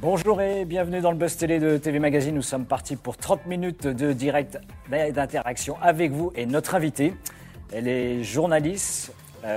Bonjour et bienvenue dans le Buzz Télé de TV Magazine. Nous sommes partis pour 30 minutes de direct d'interaction avec vous et notre invitée. Elle est journaliste,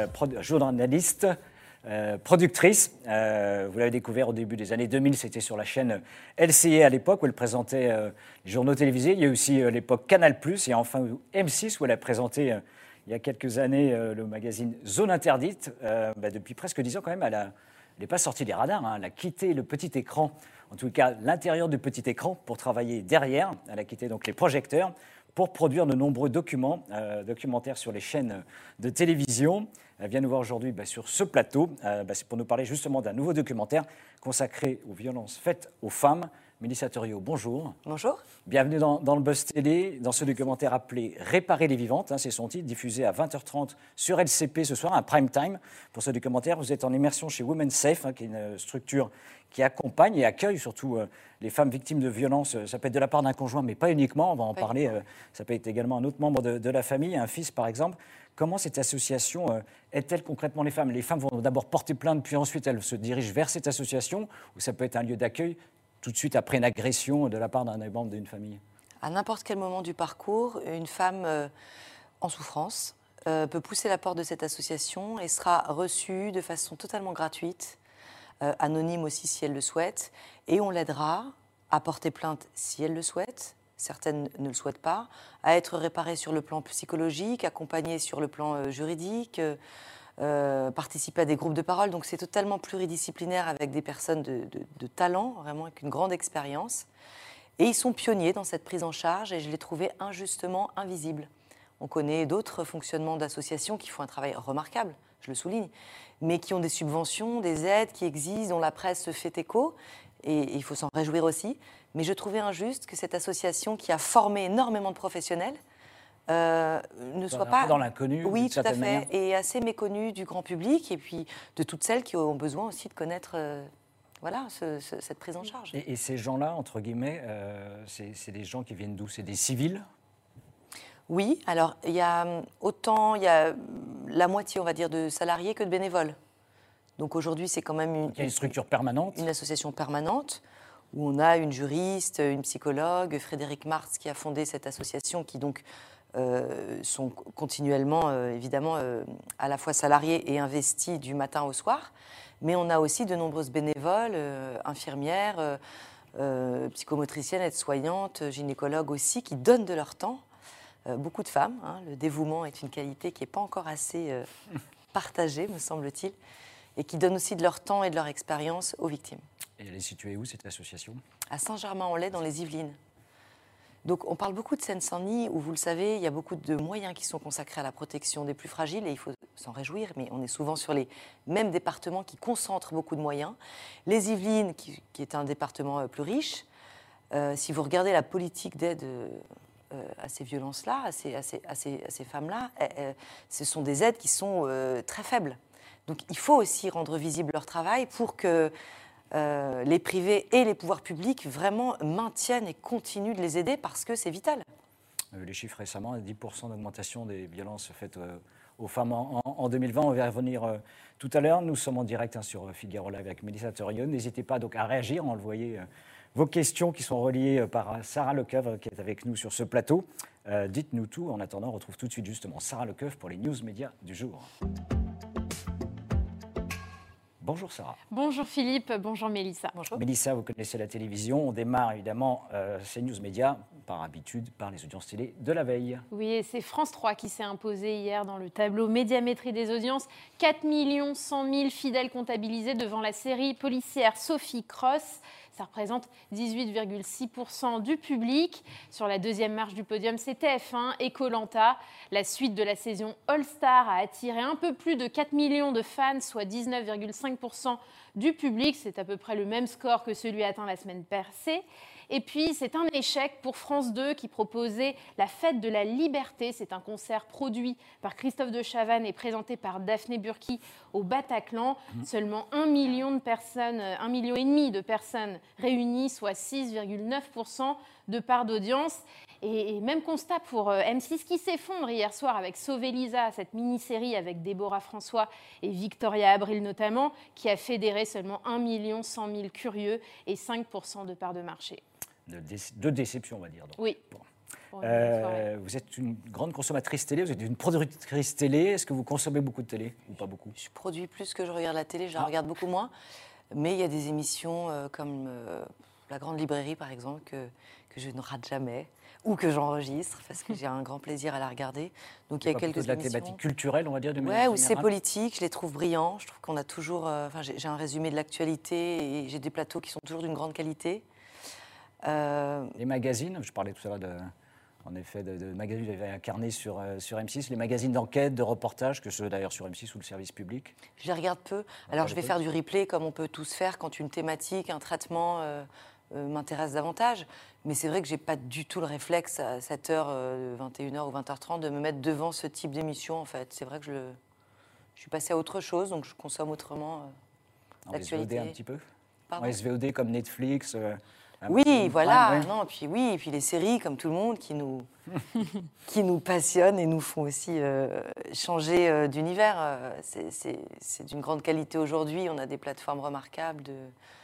productrice. Vous l'avez découvert au début des années 2000, c'était sur la chaîne LCI à l'époque où elle présentait les journaux télévisés. Il y a aussi l'époque Canal+, et enfin M6 où elle a présenté il y a quelques années le magazine Zone Interdite. Depuis presque 10 ans quand même, elle n'est pas sortie des radars, hein. Elle a quitté le petit écran, en tout cas l'intérieur du petit écran, pour travailler derrière. Elle a quitté donc les projecteurs pour produire de nombreux documentaires sur les chaînes de télévision. Elle vient nous voir aujourd'hui sur ce plateau. C'est pour nous parler justement d'un nouveau documentaire consacré aux violences faites aux femmes. Mélissa Thuriot, bonjour. Bonjour. Bienvenue dans le Buzz Télé, dans ce documentaire appelé « Réparer les vivantes », c'est son titre, diffusé à 20h30 sur LCP ce soir, un prime time. Pour ce documentaire, vous êtes en immersion chez Women Safe, qui est une structure qui accompagne et accueille surtout les femmes victimes de violences. Ça peut être de la part d'un conjoint, mais pas uniquement, on va en parler. Ça peut être également un autre membre de la famille, un fils par exemple. Comment cette association aide-t-elle concrètement les femmes ? Les femmes vont d'abord porter plainte, puis ensuite elles se dirigent vers cette association, ou ça peut être un lieu d'accueil tout de suite après une agression de la part d'un membre d'une famille? À n'importe quel moment du parcours, une femme en souffrance peut pousser la porte de cette association et sera reçue de façon totalement gratuite, anonyme aussi si elle le souhaite, et on l'aidera à porter plainte si elle le souhaite. Certaines ne le souhaitent pas, à être réparée sur le plan psychologique, accompagnée sur le plan juridique, participer à des groupes de parole. Donc c'est totalement pluridisciplinaire avec des personnes de talent, vraiment avec une grande expérience. Et ils sont pionniers dans cette prise en charge et je les trouvais injustement invisibles. On connaît d'autres fonctionnements d'associations qui font un travail remarquable, je le souligne, mais qui ont des subventions, des aides qui existent, dont la presse se fait écho, et il faut s'en réjouir aussi. Mais je trouvais injuste que cette association qui a formé énormément de professionnels ne soit pas dans l'inconnu. Oui, tout à fait, et assez méconnue du grand public et puis de toutes celles qui ont besoin aussi de connaître cette prise en charge. Et ces gens-là, entre guillemets, c'est des gens qui viennent d'où? C'est des civils? Oui, alors il y a la moitié, on va dire, de salariés que de bénévoles. Donc aujourd'hui, c'est quand même une structure permanente, une association permanente où on a une juriste, une psychologue, Frédéric Martz qui a fondé cette association qui donc sont continuellement, évidemment, à la fois salariés et investis du matin au soir. Mais on a aussi de nombreuses bénévoles, infirmières, psychomotriciennes, aides-soignantes, gynécologues aussi, qui donnent de leur temps. Beaucoup de femmes. Le dévouement est une qualité qui n'est pas encore assez partagée, me semble-t-il, et qui donnent aussi de leur temps et de leur expérience aux victimes. Et elle est située où, cette association? À Saint-Germain-en-Laye, dans les Yvelines. Donc on parle beaucoup de Seine-Saint-Denis, où vous le savez, il y a beaucoup de moyens qui sont consacrés à la protection des plus fragiles, et il faut s'en réjouir, mais on est souvent sur les mêmes départements qui concentrent beaucoup de moyens. Les Yvelines, qui est un département plus riche, si vous regardez la politique d'aide à ces violences-là, à ces femmes-là, ce sont des aides qui sont très faibles. Donc il faut aussi rendre visible leur travail pour que les privés et les pouvoirs publics vraiment maintiennent et continuent de les aider parce que c'est vital. Les chiffres récemment, 10% d'augmentation des violences faites aux femmes en 2020. On va y revenir tout à l'heure. Nous sommes en direct sur Figaro Live avec Mélissa Thuriot. N'hésitez pas donc à réagir, envoyer vos questions qui sont reliées par Sarah Lecoeuvre qui est avec nous sur ce plateau. Dites-nous tout. En attendant, on retrouve tout de suite justement Sarah Lecoeuvre pour les news médias du jour. Bonjour Sarah. Bonjour Philippe, bonjour Mélissa. Bonjour. Mélissa, vous connaissez la télévision. On démarre évidemment ces news médias, par habitude, par les audiences télé de la veille. Oui, et c'est France 3 qui s'est imposé hier dans le tableau médiamétrie des audiences. 4 100 000 fidèles comptabilisés devant la série policière Sophie Cross. Ça représente 18,6% du public. Sur la deuxième marche du podium, c'est TF1 et Koh-Lanta. La suite de la saison All-Star a attiré un peu plus de 4 millions de fans, soit 19,5% du public. C'est à peu près le même score que celui atteint la semaine passée. Et puis, c'est un échec pour France 2 qui proposait la Fête de la Liberté. C'est un concert produit par Christophe de Chavannes et présenté par Daphné Burki au Bataclan. Seulement 1 million de personnes, 1,5 million de personnes réunies, soit 6,9% de part d'audience. Et même constat pour M6 qui s'effondre hier soir avec Sauver Lisa, cette mini-série avec Déborah François et Victoria Abril notamment, qui a fédéré seulement 1 100 000 curieux et 5% de part de marché. De déception, on va dire. Donc. Oui. Bon. Vous êtes une grande consommatrice télé, vous êtes une productrice télé. Est-ce que vous consommez beaucoup de télé ou pas beaucoup? Je produis plus que je regarde la télé, je la regarde beaucoup moins. Mais il y a des émissions comme La Grande Librairie, par exemple, que je ne rate jamais ou que j'enregistre parce que j'ai un grand plaisir à la regarder. Donc il y a quelques émissions. De la thématique culturelle, on va dire, de manière générale. Ou c'est générale. politique, je les trouve brillants. Je trouve qu'on a toujours... j'ai un résumé de l'actualité et j'ai des plateaux qui sont toujours d'une grande qualité. Les magazines, je parlais tout à l'heure en effet de magazines que j'avais incarnés sur M6, les magazines d'enquête, de reportage, que ce soit d'ailleurs sur M6 ou le service public. Je les regarde peu. Alors je vais faire du replay comme on peut tous faire quand une thématique, un traitement m'intéresse davantage. Mais c'est vrai que je n'ai pas du tout le réflexe à 7h, 21h ou 20h30 de me mettre devant ce type d'émission en fait. C'est vrai que je suis passée à autre chose, donc je consomme autrement l'actualité. En SVOD un petit peu. Pardon. En SVOD comme Netflix. Oui, voilà. Ouais. Non, et puis les séries, comme tout le monde, qui nous passionnent et nous font aussi changer d'univers. C'est d'une grande qualité aujourd'hui. On a des plateformes remarquables de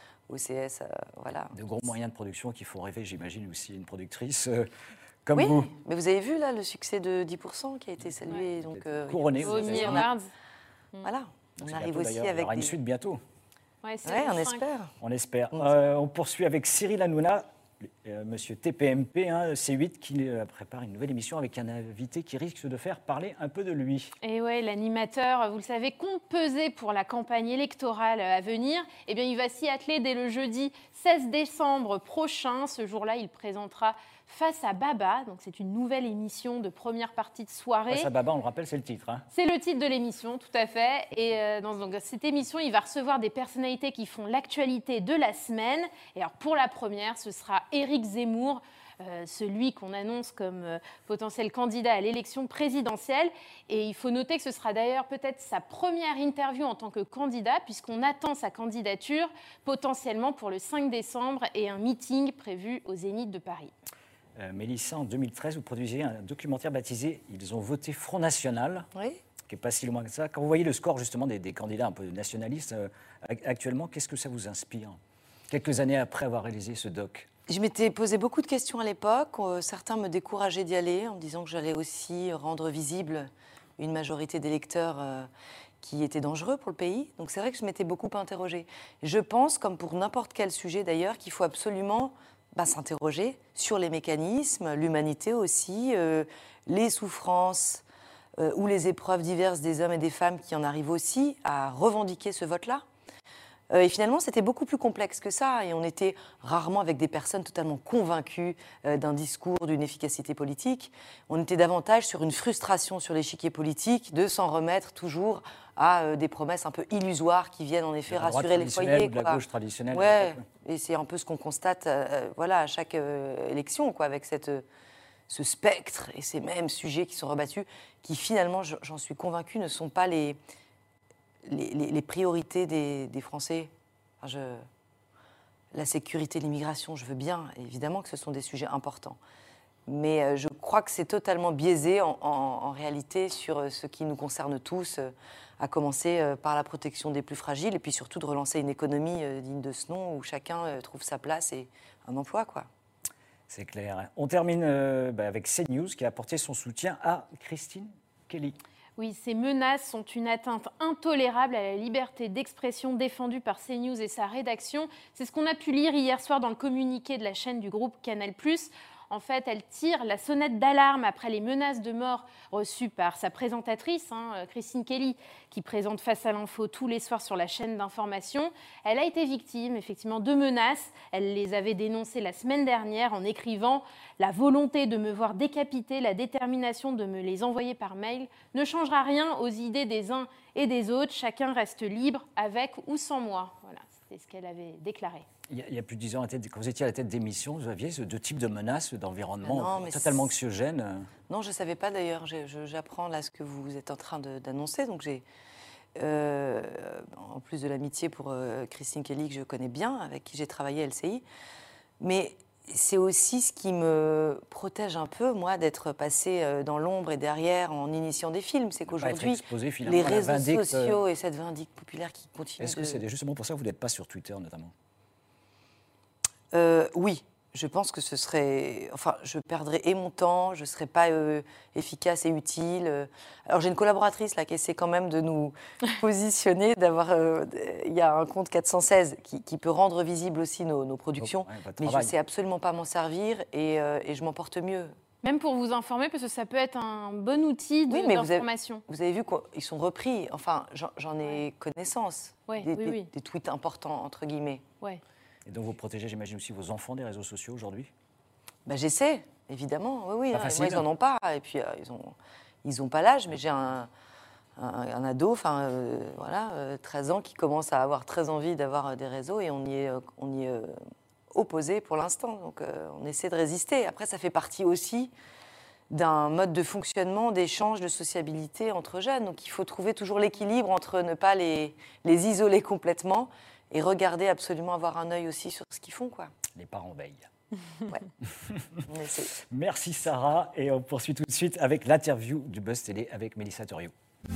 OCS, voilà. De gros moyens de production qui font rêver, j'imagine, aussi une productrice comme oui, vous. Mais vous avez vu là le succès de 10% qui a été salué. Donc, couronné. Emmy Awards. Voilà, on arrive bientôt, aussi avec Il y aura une suite bientôt. Ouais, on espère. On espère. On poursuit avec Cyril Hanouna, monsieur TPMP, C8, qui prépare une nouvelle émission avec un invité qui risque de faire parler un peu de lui. Et ouais, l'animateur, vous le savez, compte peser pour la campagne électorale à venir. Eh bien, il va s'y atteler dès le jeudi 16 décembre prochain. Ce jour-là, il présentera Face à Baba. Donc, c'est une nouvelle émission de première partie de soirée. Face à Baba, on le rappelle, c'est le titre. C'est le titre de l'émission, tout à fait. Et dans cette émission, il va recevoir des personnalités qui font l'actualité de la semaine. Et alors, pour la première, ce sera Éric Zemmour, celui qu'on annonce comme potentiel candidat à l'élection présidentielle. Et il faut noter que ce sera d'ailleurs peut-être sa première interview en tant que candidat, puisqu'on attend sa candidature potentiellement pour le 5 décembre et un meeting prévu au Zénith de Paris. Mélissa, en 2013, vous produisiez un documentaire baptisé « Ils ont voté Front National ». Oui. Qui n'est pas si loin que ça. Quand vous voyez le score justement des candidats un peu nationalistes actuellement, qu'est-ce que ça vous inspire, quelques années après avoir réalisé ce doc? Je m'étais posé beaucoup de questions à l'époque. Certains me décourageaient d'y aller en me disant que j'allais aussi rendre visible une majorité d'électeurs qui étaient dangereux pour le pays. Donc c'est vrai que je m'étais beaucoup interrogée. Je pense, comme pour n'importe quel sujet d'ailleurs, qu'il faut absolument s'interroger sur les mécanismes, l'humanité aussi, les souffrances ou les épreuves diverses des hommes et des femmes qui en arrivent aussi à revendiquer ce vote-là. Et finalement, c'était beaucoup plus complexe que ça. Et on était rarement avec des personnes totalement convaincues d'un discours, d'une efficacité politique. On était davantage sur une frustration sur l'échiquier politique de s'en remettre toujours à des promesses un peu illusoires qui viennent en effet rassurer les foyers. De la gauche traditionnelle. Ouais, et c'est un peu ce qu'on constate à chaque élection, avec ce spectre et ces mêmes sujets qui sont rebattus, qui finalement, j'en suis convaincue, ne sont pas les priorités des Français. La sécurité, l'immigration, je veux bien, évidemment que ce sont des sujets importants. Mais je crois que c'est totalement biaisé en réalité sur ce qui nous concerne tous, à commencer par la protection des plus fragiles et puis surtout de relancer une économie digne de ce nom où chacun trouve sa place et un emploi, C'est clair. On termine avec CNews qui a apporté son soutien à Christine Kelly. Oui, ces menaces sont une atteinte intolérable à la liberté d'expression défendue par CNews et sa rédaction. C'est ce qu'on a pu lire hier soir dans le communiqué de la chaîne du groupe Canal+. En fait, elle tire la sonnette d'alarme après les menaces de mort reçues par sa présentatrice, Christine Kelly, qui présente Face à l'info tous les soirs sur la chaîne d'information. Elle a été victime, effectivement, de menaces. Elle les avait dénoncées la semaine dernière en écrivant « La volonté de me voir décapiter, la détermination de me les envoyer par mail ne changera rien aux idées des uns et des autres. Chacun reste libre, avec ou sans moi. » Voilà, c'était ce qu'elle avait déclaré. Il y a plus de 10 ans, quand vous étiez à la tête d'émission, vous aviez ce deux types de menaces d'environnement totalement anxiogènes. Non, je ne savais pas d'ailleurs. J'apprends là ce que vous êtes en train d'annoncer. Donc en plus de l'amitié pour Christine Kelly, que je connais bien, avec qui j'ai travaillé à LCI. Mais c'est aussi ce qui me protège un peu, moi, d'être passée dans l'ombre et derrière en initiant des films. C'est qu'aujourd'hui, les réseaux sociaux et cette vindicte populaire qui continue. Est-ce que c'est justement pour ça que vous n'êtes pas sur Twitter, notamment ? Oui. Je pense que ce serait... Enfin, je perdrais et mon temps, je ne serais pas efficace et utile. Alors, j'ai une collaboratrice là, qui essaie quand même de nous positionner, d'avoir... Il y a un compte 416 qui peut rendre visible aussi nos productions, mais je ne sais absolument pas m'en servir et je m'en porte mieux. Même pour vous informer, parce que ça peut être un bon outil d'information. Vous avez vu qu'ils sont repris. Enfin, j'en ai connaissance. Des tweets importants, entre guillemets. Ouais. Et donc vous protégez, j'imagine, aussi vos enfants des réseaux sociaux aujourd'hui ? J'essaie, évidemment. Oui, moi, ils n'en ont pas. Et puis, ils ont pas l'âge, mais j'ai un ado, 13 ans, qui commence à avoir très envie d'avoir des réseaux et on y est opposé pour l'instant. Donc, on essaie de résister. Après, ça fait partie aussi d'un mode de fonctionnement, d'échange, de sociabilité entre jeunes. Donc, il faut trouver toujours l'équilibre entre ne pas les isoler complètement et regarder absolument, avoir un œil aussi sur ce qu'ils font, quoi. Les parents veillent. Ouais. On essaie. Merci Sarah, et on poursuit tout de suite avec l'interview du Buzz Télé avec Mélissa Thoriot.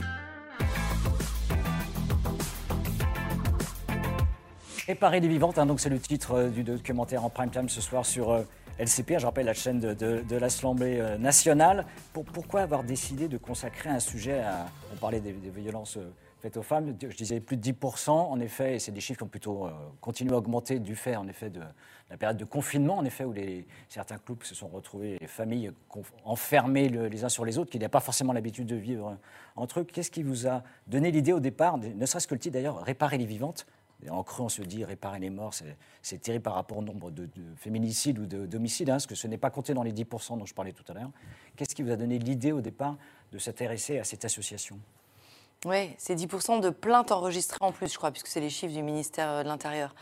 Réparer les vivantes, donc c'est le titre du documentaire en prime time ce soir sur LCP, je rappelle la chaîne de l'Assemblée nationale. Pourquoi avoir décidé de consacrer un sujet à... On parlait des violences faites aux femmes, je disais plus de 10%, en effet, et c'est des chiffres qui ont plutôt continué à augmenter du fait, en effet, de la période de confinement, en effet, où certains couples se sont retrouvés, les familles enfermées les uns sur les autres, qui n'avaient pas forcément l'habitude de vivre entre eux. Qu'est-ce qui vous a donné l'idée au départ, ne serait-ce que le titre d'ailleurs, Réparer les vivantes? En creux, on se dit réparer les morts, c'est terrible par rapport au nombre de féminicides ou d'homicides, parce que ce n'est pas compté dans les 10% dont je parlais tout à l'heure. Qu'est-ce qui vous a donné l'idée au départ de s'intéresser à cette association ? Oui, c'est 10% de plaintes enregistrées en plus, je crois, puisque c'est les chiffres du ministère de l'Intérieur.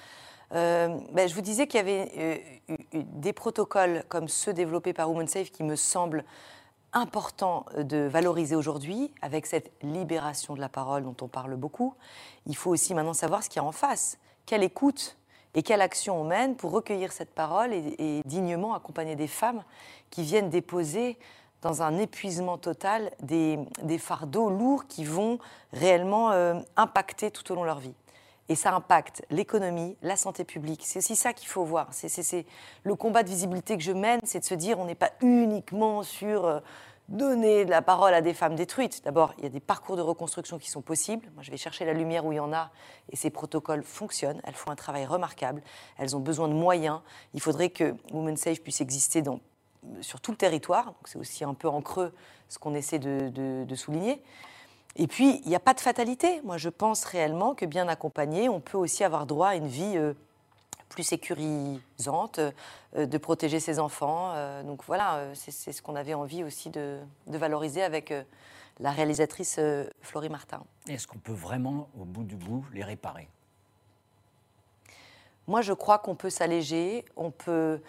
Je vous disais qu'il y avait des protocoles comme ceux développés par Women Safe qui me semblent importants de valoriser aujourd'hui, avec cette libération de la parole dont on parle beaucoup. Il faut aussi maintenant savoir ce qu'il y a en face, quelle écoute et quelle action on mène pour recueillir cette parole et dignement accompagner des femmes qui viennent déposer dans un épuisement total des fardeaux lourds qui vont réellement impacter tout au long de leur vie. Et ça impacte l'économie, la santé publique. C'est aussi ça qu'il faut voir. C'est le combat de visibilité que je mène, c'est de se dire on n'est pas uniquement sur donner de la parole à des femmes détruites. D'abord, il y a des parcours de reconstruction qui sont possibles. Moi, je vais chercher la lumière où il y en a, et ces protocoles fonctionnent. Elles font un travail remarquable. Elles ont besoin de moyens. Il faudrait que Women Safe puisse exister sur tout le territoire. Donc, c'est aussi un peu en creux ce qu'on essaie de souligner. Et puis, il n'y a pas de fatalité. Moi, je pense réellement que bien accompagné, on peut aussi avoir droit à une vie plus sécurisante, de protéger ses enfants. Donc voilà, c'est ce qu'on avait envie aussi de valoriser avec la réalisatrice Florie Martin. Est-ce qu'on peut vraiment, au bout du bout, les réparer ? Moi, je crois qu'on peut s'alléger, on peut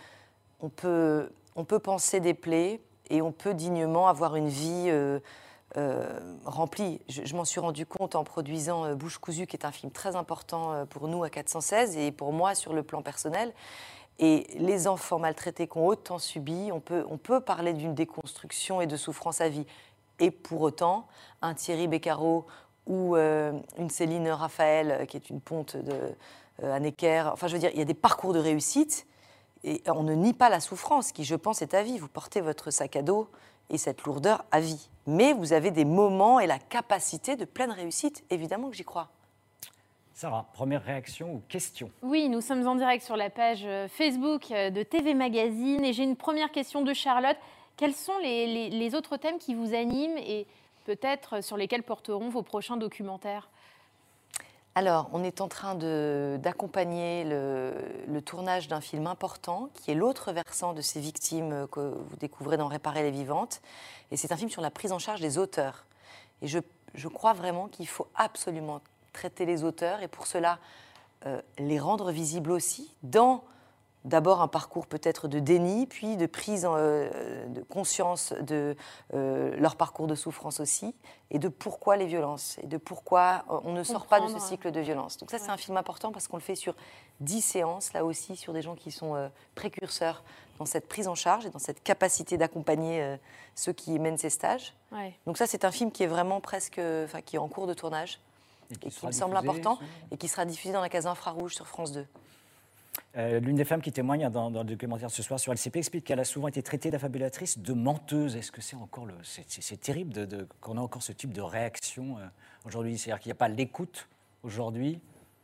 penser des plaies et on peut dignement avoir une vie remplie. Je m'en suis rendu compte en produisant Bouche cousue, qui est un film très important pour nous à 416 et pour moi sur le plan personnel. Et les enfants maltraités qui ont autant subi, on peut parler d'une déconstruction et de souffrance à vie. Et pour autant, un Thierry Beccaro ou une Céline Raphaël, qui est une ponte à Necker, enfin je veux dire, il y a des parcours de réussite et on ne nie pas la souffrance qui, je pense, est à vie. Vous portez votre sac à dos et cette lourdeur à vie. Mais vous avez des moments et la capacité de pleine réussite, évidemment que j'y crois. Sarah, première réaction ou question ? Oui, nous sommes en direct sur la page Facebook de TV Magazine et j'ai une première question de Charlotte. Quels sont les autres thèmes qui vous animent et peut-être sur lesquels porteront vos prochains documentaires ? Alors, on est en train d'accompagner le tournage d'un film important, qui est l'autre versant de ces victimes que vous découvrez dans Réparer les vivantes. Et c'est un film sur la prise en charge des auteurs. Et je crois vraiment qu'il faut absolument traiter les auteurs et pour cela, les rendre visibles aussi dans d'abord un parcours peut-être de déni, puis de prise de conscience de leur parcours de souffrance aussi, et de pourquoi les violences, et de pourquoi on ne sort pas de ce cycle de violence. Donc ça, c'est un film important parce qu'on le fait sur 10 séances, là aussi, sur des gens qui sont précurseurs dans cette prise en charge et dans cette capacité d'accompagner ceux qui mènent ces stages. Ouais. Donc ça, c'est un film qui est vraiment qui est en cours de tournage, et qui me semble important, et qui sera diffusé dans la case infrarouge sur France 2. L'une des femmes qui témoigne dans le documentaire ce soir sur LCP explique qu'elle a souvent été traitée d'affabulatrice, de menteuse. Est-ce que c'est encore c'est terrible qu'on a encore ce type de réaction aujourd'hui? C'est-à-dire qu'il n'y a pas l'écoute aujourd'hui?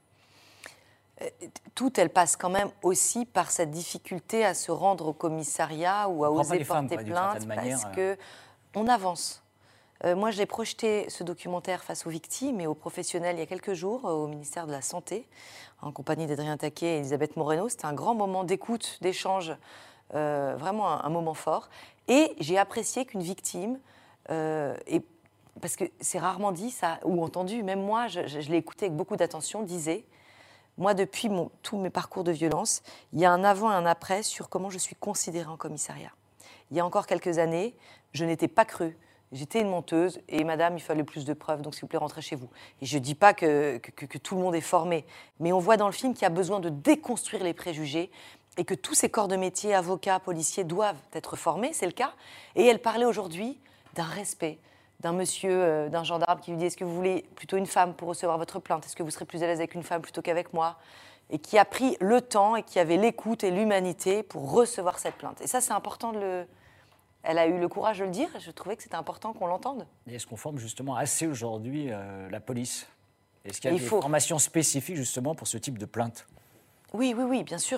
Tout, elle passe quand même aussi par cette difficulté à se rendre au commissariat ou à oser porter plainte parce qu'on avance. Moi, j'ai projeté ce documentaire face aux victimes et aux professionnels il y a quelques jours au ministère de la Santé, en compagnie d'Adrien Taquet et Elisabeth Moreno. C'était un grand moment d'écoute, d'échange, vraiment un moment fort. Et j'ai apprécié qu'une victime, parce que c'est rarement dit ça, ou entendu, même moi, je l'ai écouté avec beaucoup d'attention, disait: moi, depuis tous mes parcours de violence, il y a un avant et un après sur comment je suis considérée en commissariat. Il y a encore quelques années, je n'étais pas crue. J'étais une menteuse et madame, il fallait plus de preuves, donc s'il vous plaît, rentrez chez vous. Et je ne dis pas que tout le monde est formé, mais on voit dans le film qu'il y a besoin de déconstruire les préjugés et que tous ces corps de métier, avocats, policiers, doivent être formés, c'est le cas. Et elle parlait aujourd'hui d'un respect, d'un monsieur, d'un gendarme qui lui dit: est-ce que vous voulez plutôt une femme pour recevoir votre plainte? Est-ce que vous serez plus à l'aise avec une femme plutôt qu'avec moi? Et qui a pris le temps et qui avait l'écoute et l'humanité pour recevoir cette plainte. Et ça, c'est important de le... Elle a eu le courage de le dire, et je trouvais que c'était important qu'on l'entende. Et est-ce qu'on forme justement assez aujourd'hui la police? Est-ce qu'il y a des formations spécifiques justement pour ce type de plainte? Oui, bien sûr.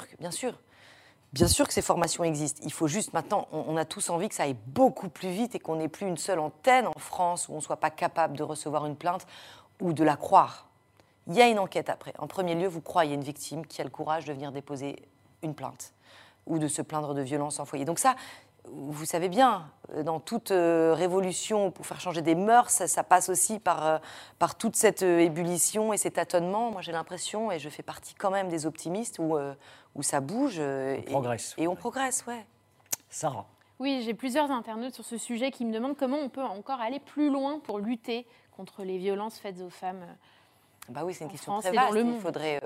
Bien sûr que ces formations existent. Il faut juste maintenant, on a tous envie que ça aille beaucoup plus vite et qu'on n'ait plus une seule antenne en France où on ne soit pas capable de recevoir une plainte ou de la croire. Il y a une enquête après. En premier lieu, vous croyez une victime qui a le courage de venir déposer une plainte ou de se plaindre de violences en foyer. Donc ça, vous savez bien, dans toute révolution, pour faire changer des mœurs, ça passe aussi par toute cette ébullition et cet tâtonnement. Moi, j'ai l'impression, et je fais partie quand même des optimistes, où ça bouge. On progresse. Et on progresse, ouais. Sarah. Oui, j'ai plusieurs internautes sur ce sujet qui me demandent comment on peut encore aller plus loin pour lutter contre les violences faites aux femmes. Bah oui, c'est une question France très vaste. Il faudrait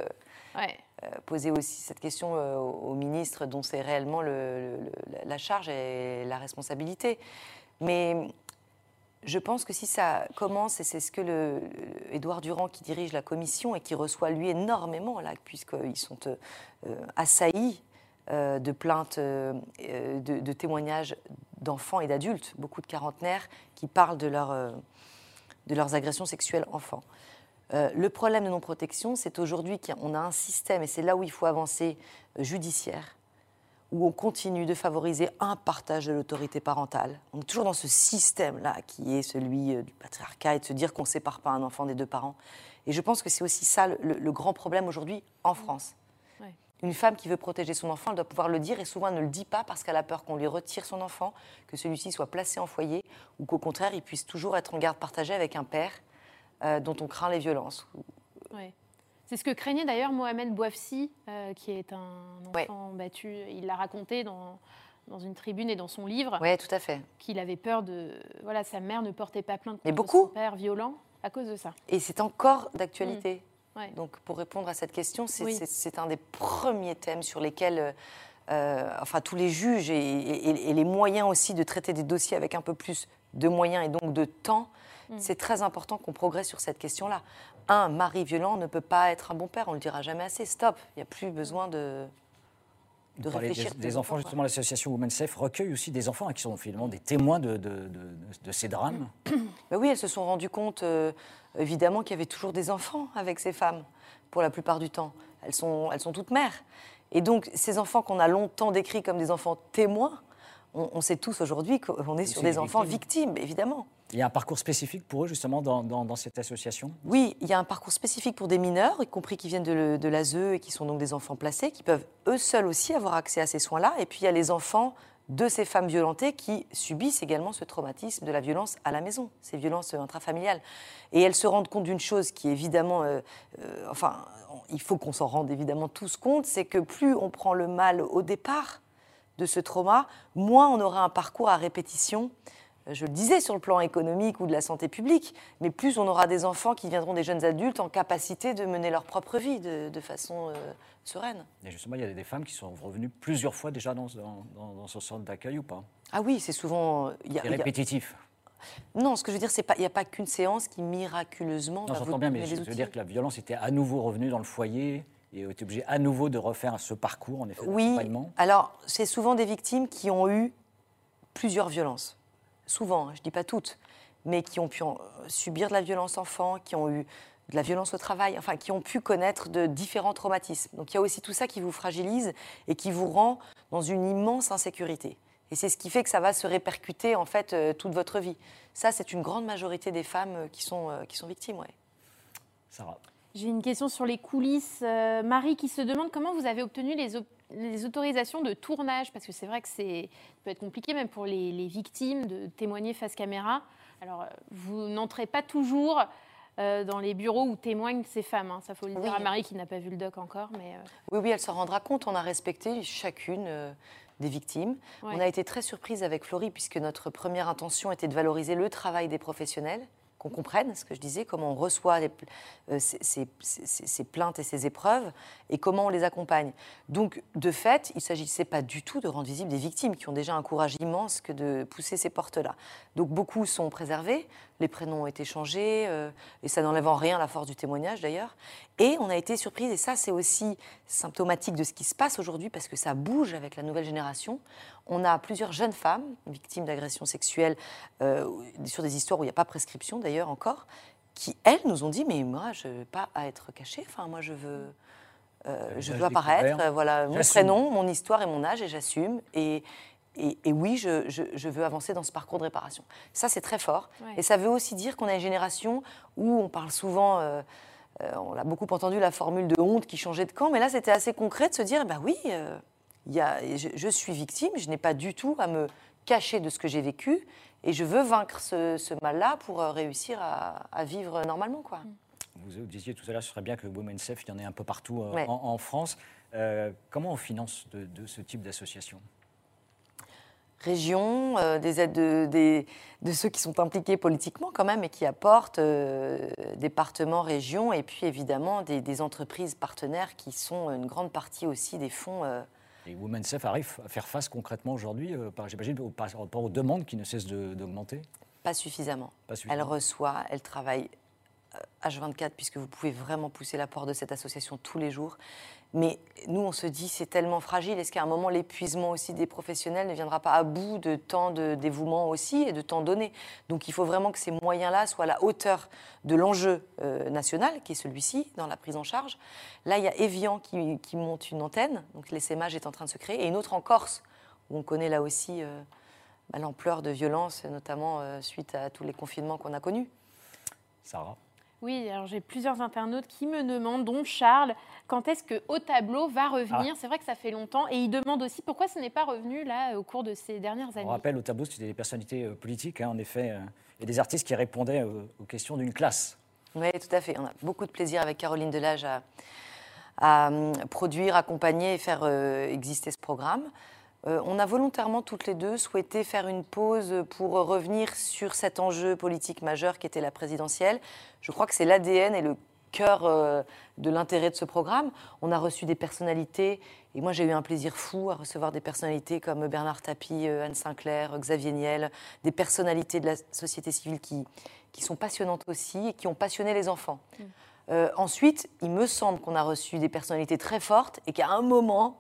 poser aussi cette question au ministre dont c'est réellement la charge et la responsabilité. Mais je pense que si ça commence, et c'est ce que Édouard Durand, qui dirige la commission et qui reçoit lui énormément, là, puisqu'ils sont assaillis de plaintes, de témoignages d'enfants et d'adultes, beaucoup de quarantenaires qui parlent de leurs agressions sexuelles enfants. Le problème de non-protection, c'est aujourd'hui qu'on a un système, et c'est là où il faut avancer, judiciaire, où on continue de favoriser un partage de l'autorité parentale. On est toujours dans ce système-là qui est celui du patriarcat et de se dire qu'on ne sépare pas un enfant des deux parents. Et je pense que c'est aussi ça le grand problème aujourd'hui en France. Ouais. Une femme qui veut protéger son enfant, elle doit pouvoir le dire, et souvent elle ne le dit pas parce qu'elle a peur qu'on lui retire son enfant, que celui-ci soit placé en foyer, ou qu'au contraire, il puisse toujours être en garde partagée avec un père dont on craint les violences. Oui. C'est ce que craignait d'ailleurs Mohamed Bouafsi, qui est un enfant battu. Il l'a raconté dans une tribune et dans son livre. Oui, tout à fait. Qu'il avait peur sa mère ne portait pas plainte contre son père violent à cause de ça. Et c'est encore d'actualité. Donc pour répondre à cette question, c'est un des premiers thèmes sur lesquels tous les juges et les moyens aussi de traiter des dossiers avec un peu plus de moyens et donc de temps. C'est très important qu'on progresse sur cette question-là. Un mari violent ne peut pas être un bon père, on ne le dira jamais assez. Stop, il n'y a plus besoin de réfléchir. Des enfants, justement, l'association Women Safe recueille aussi des enfants qui sont finalement des témoins de ces drames. Ben oui, elles se sont rendues compte, évidemment, qu'il y avait toujours des enfants avec ces femmes, pour la plupart du temps. Elles sont toutes mères. Et donc, ces enfants qu'on a longtemps décrits comme des enfants témoins, on sait tous aujourd'hui qu'on est sur des enfants victimes, évidemment. Il y a un parcours spécifique pour eux, justement, dans cette association? Oui, il y a un parcours spécifique pour des mineurs, y compris qui viennent de l'ASE et qui sont donc des enfants placés, qui peuvent eux seuls aussi avoir accès à ces soins-là. Et puis il y a les enfants de ces femmes violentées qui subissent également ce traumatisme de la violence à la maison, ces violences intrafamiliales. Et elles se rendent compte d'une chose qui, évidemment, il faut qu'on s'en rende évidemment tous compte, c'est que plus on prend le mal au départ de ce trauma, moins on aura un parcours à répétition, je le disais, sur le plan économique ou de la santé publique, mais plus on aura des enfants qui deviendront des jeunes adultes en capacité de mener leur propre vie de façon sereine. Et justement, il y a des femmes qui sont revenues plusieurs fois déjà dans ce centre d'accueil ou pas? Ah oui, c'est souvent... C'est répétitif. Non, ce que je veux dire, il n'y a pas qu'une séance qui miraculeusement... Non, j'entends bien, mais je veux dire que la violence était à nouveau revenue dans le foyer et était obligée à nouveau de refaire ce parcours, en effet, d'accompagnement. Oui, alors c'est souvent des victimes qui ont eu plusieurs violences. Souvent, je ne dis pas toutes, mais qui ont pu subir de la violence enfant, qui ont eu de la violence au travail, enfin, qui ont pu connaître de différents traumatismes. Donc il y a aussi tout ça qui vous fragilise et qui vous rend dans une immense insécurité. Et c'est ce qui fait que ça va se répercuter, en fait, toute votre vie. Ça, c'est une grande majorité des femmes qui sont victimes, ouais. Sarah. J'ai une question sur les coulisses. Marie qui se demande comment vous avez obtenu les autorisations de tournage, parce que c'est vrai que ça peut être compliqué même pour les victimes de témoigner face caméra. Alors, vous n'entrez pas toujours dans les bureaux où témoignent ces femmes. Ça, faut le dire à Marie qui n'a pas vu le doc encore. Mais Oui, elle s'en rendra compte. On a respecté chacune des victimes. Ouais. On a été très surprise avec Florie, puisque notre première intention était de valoriser le travail des professionnels, qu'on comprenne ce que je disais, comment on reçoit ces plaintes et ces épreuves et comment on les accompagne. Donc, de fait, il ne s'agissait pas du tout de rendre visibles des victimes qui ont déjà un courage immense que de pousser ces portes-là. Donc, beaucoup sont préservés, les prénoms ont été changés et ça n'enlève en rien la force du témoignage d'ailleurs. Et on a été surprise, et ça c'est aussi symptomatique de ce qui se passe aujourd'hui parce que ça bouge avec la nouvelle génération. On a plusieurs jeunes femmes victimes d'agressions sexuelles sur des histoires où il n'y a pas prescription d'ailleurs encore, qui elles nous ont dit mais moi je ne veux pas à être cachée, enfin moi je veux apparaître, voilà mon prénom, mon histoire et mon âge et j'assume et oui je veux avancer dans ce parcours de réparation. Ça c'est très fort et ça veut aussi dire qu'on a une génération où on parle souvent on a beaucoup entendu la formule de honte qui changeait de camp, mais là c'était assez concret de se dire bah oui je suis victime, je n'ai pas du tout à me cacher de ce que j'ai vécu et je veux vaincre ce mal-là pour réussir à vivre normalement, quoi. Vous disiez tout à l'heure, ce serait bien que Women's Safe, il y en ait un peu partout en France. Comment on finance de ce type d'association ? Région, des aides de ceux qui sont impliqués politiquement quand même et qui apportent, départements, régions, et puis évidemment des entreprises partenaires qui sont une grande partie aussi des fonds. Et Women's Safe arrive à faire face concrètement aujourd'hui, j'imagine, par rapport aux demandes qui ne cessent d'augmenter ? Pas suffisamment. Elle reçoit, elle travaille H24 puisque vous pouvez vraiment pousser la porte de cette association tous les jours. Mais nous, on se dit, c'est tellement fragile. Est-ce qu'à un moment, l'épuisement aussi des professionnels ne viendra pas à bout de temps de dévouement aussi et de temps donné ? Donc, il faut vraiment que ces moyens-là soient à la hauteur de l'enjeu national, qui est celui-ci, dans la prise en charge. Là, il y a Evian qui monte une antenne. Donc, l'essaimage est en train de se créer. Et une autre en Corse, où on connaît là aussi l'ampleur de violence, notamment suite à tous les confinements qu'on a connus. Sarah ? Oui, alors j'ai plusieurs internautes qui me demandent, dont Charles, quand est-ce que Au Tableau va revenir ? C'est vrai que ça fait longtemps. Et il demande aussi pourquoi ce n'est pas revenu là au cours de ces dernières années. On rappelle, Au Tableau, c'était des personnalités politiques, en effet, et des artistes qui répondaient aux questions d'une classe. Oui, tout à fait. On a beaucoup de plaisir avec Caroline Delage à produire, accompagner et faire exister ce programme. On a volontairement toutes les deux souhaité faire une pause pour revenir sur cet enjeu politique majeur qui était la présidentielle. Je crois que c'est l'ADN et le cœur de l'intérêt de ce programme. On a reçu des personnalités, et moi j'ai eu un plaisir fou à recevoir des personnalités comme Bernard Tapie, Anne Sinclair, Xavier Niel, des personnalités de la société civile qui sont passionnantes aussi et qui ont passionné les enfants. Ensuite, il me semble qu'on a reçu des personnalités très fortes et qu'à un moment...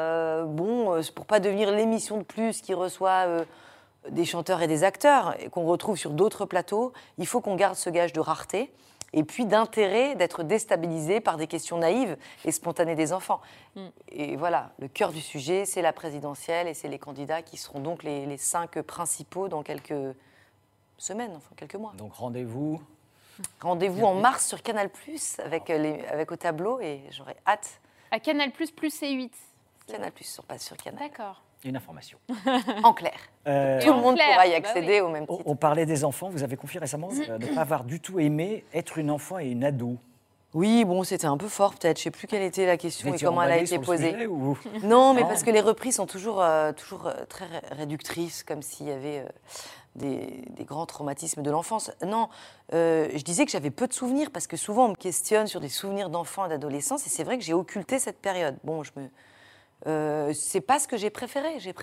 pour pas devenir l'émission de plus qui reçoit des chanteurs et des acteurs et qu'on retrouve sur d'autres plateaux, il faut qu'on garde ce gage de rareté et puis d'intérêt d'être déstabilisé par des questions naïves et spontanées des enfants. Et voilà, le cœur du sujet, c'est la présidentielle et c'est les candidats qui seront donc les 5 principaux dans quelques semaines, enfin quelques mois. Donc rendez-vous en mars sur Canal+, avec Au Tableau, et j'aurais hâte. À Canal+, plus C8. Canal+, on passe sur Canal. D'accord. Une information. En clair. Tout le monde clair, pourra y bah accéder oui. au même titre. On parlait des enfants. Vous avez confié récemment ne pas avoir du tout aimé être une enfant et une ado. Oui, bon, c'était un peu fort peut-être. Je ne sais plus quelle était la question Vous et étiez comment elle a emballé été sur le posée. sujet, ou... Non, mais Non. parce que les reprises sont toujours très réductrices, comme s'il y avait des grands traumatismes de l'enfance. Non, je disais que j'avais peu de souvenirs, parce que souvent on me questionne sur des souvenirs d'enfants et d'adolescence, et c'est vrai que j'ai occulté cette période. Bon, c'est pas ce que j'ai préféré. J'ai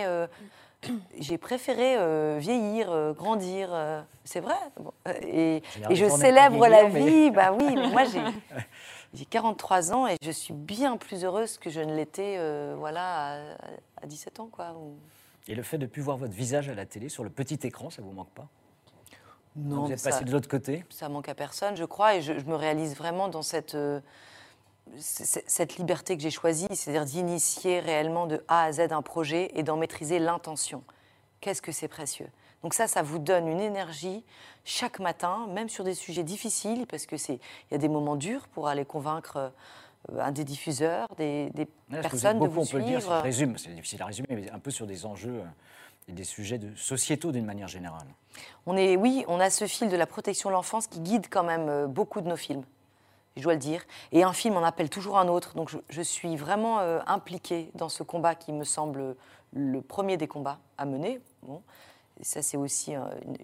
préféré vieillir, grandir. C'est vrai. Bon, et je célèbre la vie. Bah oui, mais moi j'ai 43 ans et je suis bien plus heureuse que je ne l'étais à 17 ans. Quoi. Et le fait de ne plus voir votre visage à la télé, sur le petit écran, ça ne vous manque pas? Non, vous êtes passé de l'autre côté? Ça manque à personne, je crois, et je me réalise vraiment dans cette liberté que j'ai choisie, c'est-à-dire d'initier réellement de A à Z un projet et d'en maîtriser l'intention. Qu'est-ce que c'est précieux. Donc ça vous donne une énergie chaque matin, même sur des sujets difficiles, parce qu'il y a des moments durs pour aller convaincre un des diffuseurs, des personnes de vous on peut le dire, si je suivre. résume, c'est difficile à résumer, mais un peu sur des enjeux et des sujets sociétaux d'une manière générale. On a ce fil de la protection de l'enfance qui guide quand même beaucoup de nos films. Je dois le dire. Et un film en appelle toujours un autre. Donc je suis vraiment impliquée dans ce combat qui me semble le premier des combats à mener. Bon. Et ça, c'est aussi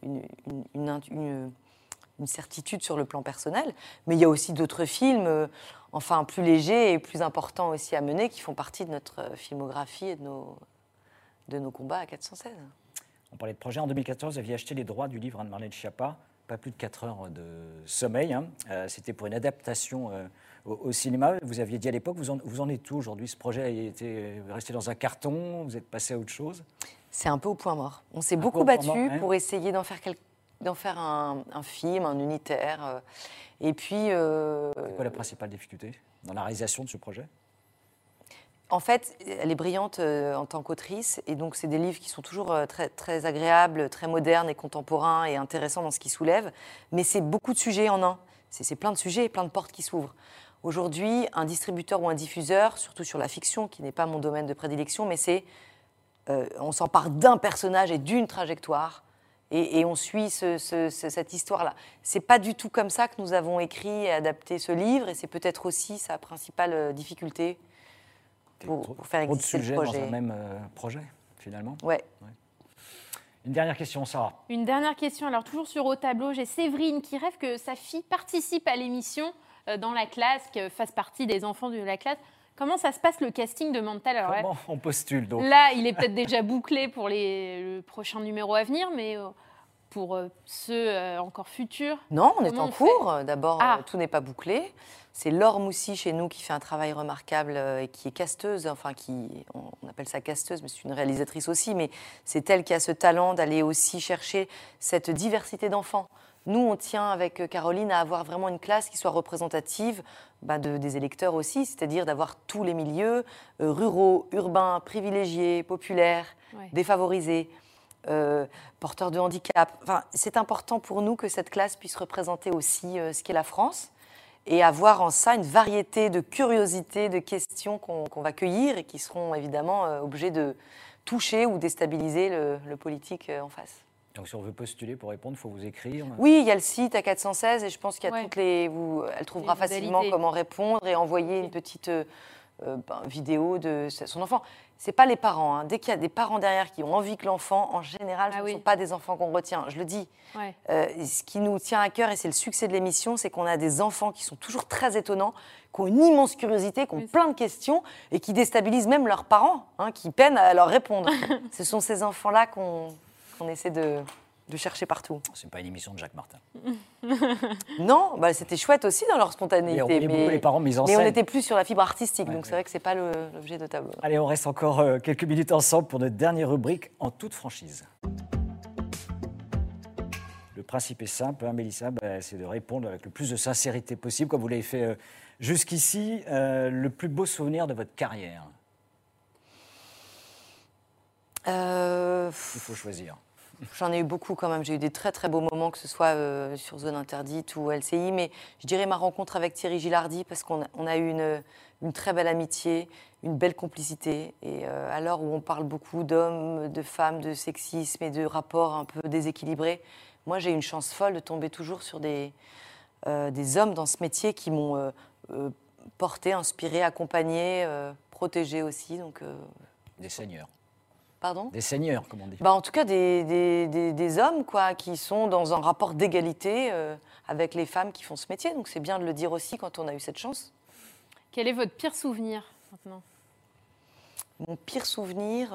une certitude sur le plan personnel. Mais il y a aussi d'autres films, plus légers et plus importants aussi à mener, qui font partie de notre filmographie et de nos combats à 416. On parlait de projet. En 2014, vous aviez acheté les droits du livre Anne-Marlène Schiappa. Pas plus de 4 heures de sommeil. C'était pour une adaptation au cinéma. Vous aviez dit à l'époque, vous en êtes où aujourd'hui? Ce projet a été resté dans un carton? Vous êtes passé à autre chose? C'est un peu au point mort. On s'est beaucoup battu pour essayer d'en faire un film, un unitaire. Et puis... C'est quoi la principale difficulté dans la réalisation de ce projet? En fait, elle est brillante en tant qu'autrice, et donc c'est des livres qui sont toujours très, très agréables, très modernes et contemporains et intéressants dans ce qu'ils soulèvent, mais c'est beaucoup de sujets en un. C'est plein de sujets et plein de portes qui s'ouvrent. Aujourd'hui, un distributeur ou un diffuseur, surtout sur la fiction, qui n'est pas mon domaine de prédilection, mais on s'empare d'un personnage et d'une trajectoire, et on suit cette histoire-là. C'est pas du tout comme ça que nous avons écrit et adapté ce livre, et c'est peut-être aussi sa principale difficulté. Pour faire exister le projet. Dans un même projet, finalement. Ouais. Une dernière question, Sarah. Une dernière question. Alors, toujours sur Au tableau, j'ai Séverine qui rêve que sa fille participe à l'émission dans la classe, qu'elle fasse partie des enfants de la classe. Comment ça se passe le casting de Mental? Alors, Comment on postule donc? Là, il est peut-être déjà bouclé pour le prochain numéro à venir, mais pour ceux encore futurs. Non, on est en cours. D'abord, tout n'est pas bouclé. C'est Laure Moussy chez nous qui fait un travail remarquable et qui est casteuse, on appelle ça casteuse, mais c'est une réalisatrice aussi, mais c'est elle qui a ce talent d'aller aussi chercher cette diversité d'enfants. Nous, on tient avec Caroline à avoir vraiment une classe qui soit représentative des électeurs aussi, c'est-à-dire d'avoir tous les milieux, ruraux, urbains, privilégiés, populaires, défavorisés, porteurs de handicap. C'est important pour nous que cette classe puisse représenter aussi ce qu'est la France, et avoir en ça une variété de curiosités, de questions qu'on va cueillir et qui seront évidemment obligés de toucher ou déstabiliser le politique en face. Donc si on veut postuler pour répondre, il faut vous écrire? Oui, il y a le site à 416 et je pense qu'il y a elle trouvera les facilement modalités. comment répondre et envoyer une petite vidéo de son enfant. C'est pas les parents. Dès qu'il y a des parents derrière qui ont envie que l'enfant, en général, ce ne sont pas des enfants qu'on retient. Je le dis. Ouais. Ce qui nous tient à cœur, et c'est le succès de l'émission, c'est qu'on a des enfants qui sont toujours très étonnants, qui ont une immense curiosité, qui ont plein de questions et qui déstabilisent même leurs parents, qui peinent à leur répondre. Ce sont ces enfants-là qu'on essaie de chercher partout. C'est pas une émission de Jacques Martin. Non, c'était chouette aussi dans leur spontanéité. On voyait beaucoup les parents mis en mais scène. on n'était plus sur la fibre artistique, donc c'est vrai que c'est pas l'objet de tableau. Allez, on reste encore quelques minutes ensemble pour notre dernière rubrique en toute franchise. Le principe est simple, Mélissa, c'est de répondre avec le plus de sincérité possible, comme vous l'avez fait jusqu'ici. Le plus beau souvenir de votre carrière? Il faut choisir. J'en ai eu beaucoup quand même. J'ai eu des très très beaux moments, que ce soit sur Zone Interdite ou LCI. Mais je dirais ma rencontre avec Thierry Gilardi, parce qu'on a eu une très belle amitié, une belle complicité. Et à l'heure où on parle beaucoup d'hommes, de femmes, de sexisme et de rapports un peu déséquilibrés, moi j'ai eu une chance folle de tomber toujours sur des hommes dans ce métier qui m'ont porté, inspiré, accompagné, protégé aussi. Donc, Des seigneurs. pardon ? Des seigneurs, comme on dit. En tout cas, des hommes quoi, qui sont dans un rapport d'égalité avec les femmes qui font ce métier. Donc c'est bien de le dire aussi quand on a eu cette chance. Quel est votre pire souvenir maintenant? Mon pire souvenir,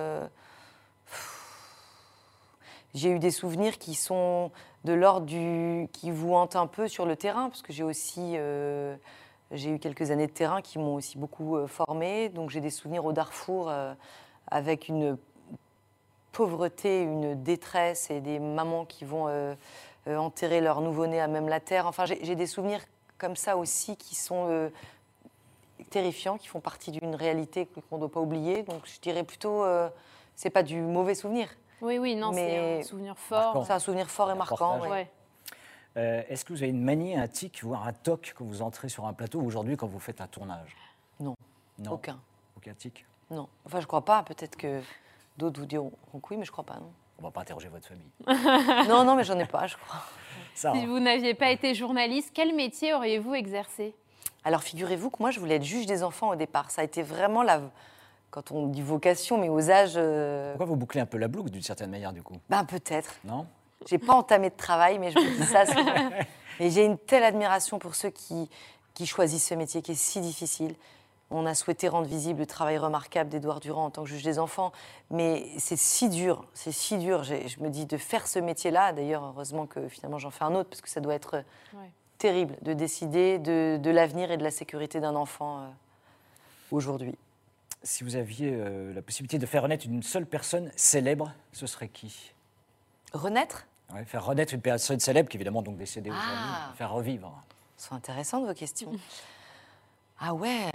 j'ai eu des souvenirs qui sont de l'ordre qui vous hantent un peu sur le terrain, parce que j'ai eu quelques années de terrain qui m'ont aussi beaucoup formée. Donc j'ai des souvenirs au Darfour avec une pauvreté, une détresse et des mamans qui vont enterrer leur nouveau-né à même la terre. Enfin, j'ai des souvenirs comme ça aussi qui sont terrifiants, qui font partie d'une réalité qu'on ne doit pas oublier. Donc je dirais plutôt, c'est pas du mauvais souvenir. Oui, non, Mais c'est un souvenir fort. C'est un souvenir fort et marquant. Reportage. Ouais. Ouais. Est-ce que vous avez une manie, un tic, voire un toc quand vous entrez sur un plateau aujourd'hui quand vous faites un tournage? Non, Non. aucun. Aucun tic? Non. Enfin, je crois pas. Peut-être que d'autres vous diront que oui, mais je crois pas. Non, On ne va pas interroger votre famille. non, mais j'en ai pas, je crois. Ça, Si hein. vous n'aviez pas été journaliste, quel métier auriez-vous exercé? Alors, figurez-vous que moi, je voulais être juge des enfants au départ. Ça a été vraiment quand on dit vocation, mais aux âges. Pourquoi vous bouclez un peu la boucle d'une certaine manière, du coup? Peut-être. Non? J'ai pas entamé de travail, mais je me dis ça souvent. Et j'ai une telle admiration pour ceux qui choisissent ce métier qui est si difficile. On a souhaité rendre visible le travail remarquable d'Édouard Durand en tant que juge des enfants, mais c'est si dur, c'est si dur. Je me dis de faire ce métier-là, d'ailleurs, heureusement que finalement j'en fais un autre, parce que ça doit être terrible de décider de l'avenir et de la sécurité d'un enfant aujourd'hui. Si vous aviez la possibilité de faire renaître une seule personne célèbre, ce serait qui? Renaître? Ouais, faire renaître une personne célèbre, qui évidemment donc décédée aujourd'hui, Ah. faire revivre. Ce sont intéressantes vos questions. Ah ouais,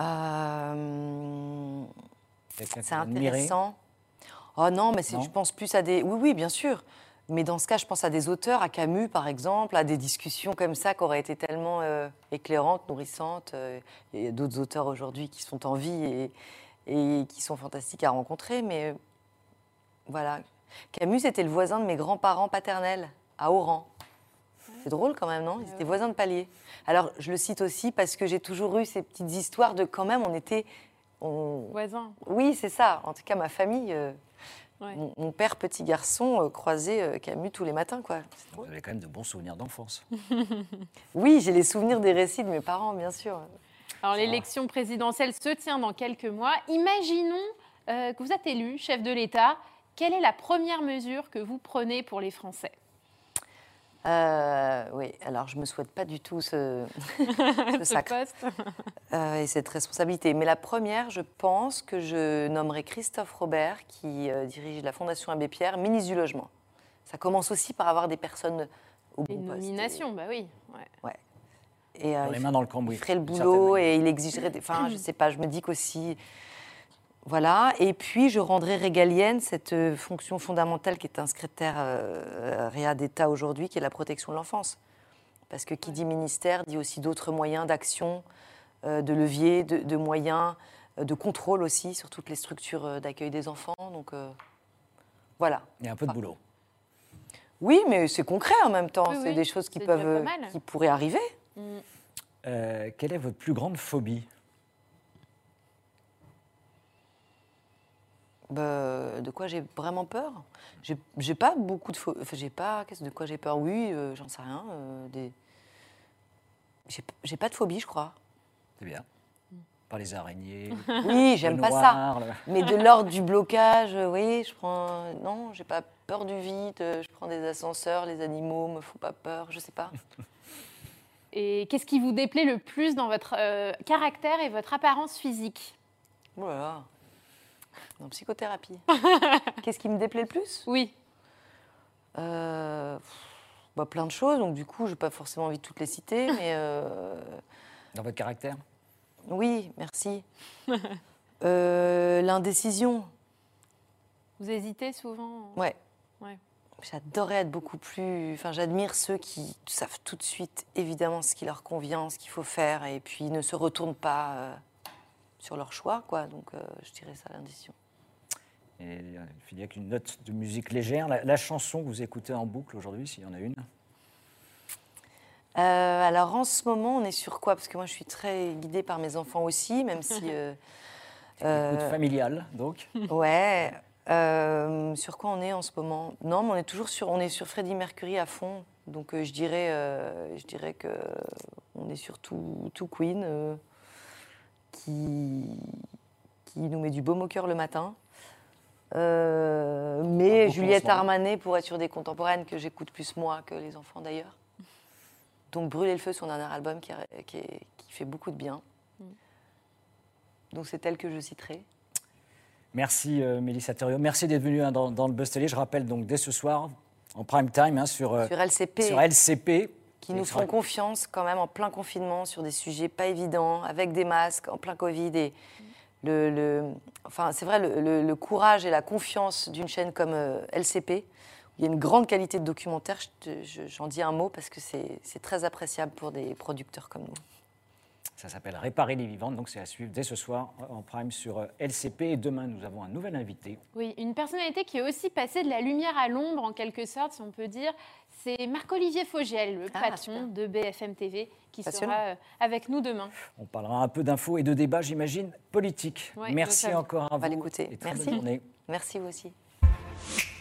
Quelqu'un que c'est vous admirez. intéressant. Oh non, mais Non. je pense plus à des... Oui, bien sûr. Mais dans ce cas, je pense à des auteurs, à Camus, par exemple, à des discussions comme ça qui auraient été tellement éclairantes, nourrissantes. Il y a d'autres auteurs aujourd'hui qui sont en vie et qui sont fantastiques à rencontrer. Mais voilà. Camus était le voisin de mes grands-parents paternels, à Oran. C'est drôle quand même, non? Ils étaient voisins de palier. Alors, je le cite aussi parce que j'ai toujours eu ces petites histoires de quand même, Voisin. Oui, c'est ça. En tout cas, ma famille, Ouais. mon père, petit garçon, croisait Camus tous les matins, quoi. C'est Vous drôle. avez quand même de bons souvenirs d'enfance. Oui, j'ai les souvenirs des récits de mes parents, bien sûr. Alors, l'élection présidentielle se tient dans quelques mois. Imaginons que vous êtes élu chef de l'État. Quelle est la première mesure que vous prenez pour les Français? Oui, alors je ne me souhaite pas du tout ce Ce sacre poste. et cette responsabilité. Mais la première, je pense que je nommerai Christophe Robert, qui dirige la Fondation Abbé Pierre, ministre du Logement. Ça commence aussi par avoir des personnes au Les bon poste. nominations, bah oui. Ouais. Et, Pour les mains dans le cambouis. il ferait le d'une certaine boulot manière. et il exigerait Enfin, je ne sais pas, je me dis qu'aussi... Voilà. Et puis, je rendrai régalienne cette fonction fondamentale qui est un secrétaire REA d'État aujourd'hui, qui est la protection de l'enfance. Parce que qui dit ministère dit aussi d'autres moyens d'action, de levier, de moyens, de contrôle aussi sur toutes les structures d'accueil des enfants. Donc, voilà. Il y a un peu de boulot. Oui, mais c'est concret en même temps. Oui, C'est oui. des choses C'est déjà pas mal. qui pourraient arriver. Quelle est votre plus grande phobie? De quoi j'ai vraiment peur? J'ai pas beaucoup de phobies. Enfin, de quoi j'ai peur? Oui, j'en sais rien. J'ai pas de phobie, je crois. C'est bien. Pas les araignées. Oui, le j'aime pas ça. noir, Mais de l'ordre du blocage, oui, je prends. Non, j'ai pas peur du vide. Je prends des ascenseurs, les animaux me font pas peur. Je sais pas. Et qu'est-ce qui vous déplaît le plus dans votre caractère et votre apparence physique? Oh là là. En psychothérapie. Qu'est-ce qui me déplaît le plus? Oui. Plein de choses. Donc du coup, j'ai pas forcément envie de toutes les citer, mais. Dans votre caractère? Oui, merci. L'indécision. Vous hésitez souvent? Ouais. Ouais. J'adorais être beaucoup plus... Enfin, j'admire ceux qui savent tout de suite, évidemment, ce qui leur convient, ce qu'il faut faire, et puis ne se retournent pas sur leur choix, quoi. Donc, je dirais ça, l'indition. Et il finit avec une note de musique légère. La chanson que vous écoutez en boucle aujourd'hui, s'il y en a une? Alors, en ce moment, on est sur quoi? Parce que moi, je suis très guidée par mes enfants aussi, même si... Écoute familiale, donc. Ouais. Sur quoi on est en ce moment? Non, mais on est sur Freddie Mercury à fond. Donc je dirais que on est sur tout Queen qui nous met du baume au cœur le matin. Mais Juliette Armanet pour être sur des contemporaines que j'écoute plus moi que les enfants d'ailleurs. Donc Brûler le feu, son dernier album qui fait beaucoup de bien. Donc c'est elle que je citerai. Merci Mélissa Thériault. Merci d'être venue dans le Buzz Télé. Je rappelle donc dès ce soir, en prime time, sur LCP. Sur LCP. Qui nous font confiance quand même en plein confinement sur des sujets pas évidents, avec des masques, en plein Covid. Et c'est vrai, le courage et la confiance d'une chaîne comme LCP, il y a une grande qualité de documentaire. J'en dis un mot parce que c'est très appréciable pour des producteurs comme nous. Ça s'appelle Réparer les vivantes, donc c'est à suivre dès ce soir en prime sur LCP. Et demain, nous avons un nouvel invité. Oui, une personnalité qui est aussi passée de la lumière à l'ombre, en quelque sorte, si on peut dire. C'est Marc-Olivier Fogiel, le patron de BFM TV, qui sera avec nous demain. On parlera un peu d'infos et de débats, j'imagine, politiques. Ouais, merci encore à vous. On va l'écouter. Et très merci. bonne journée. Merci vous aussi.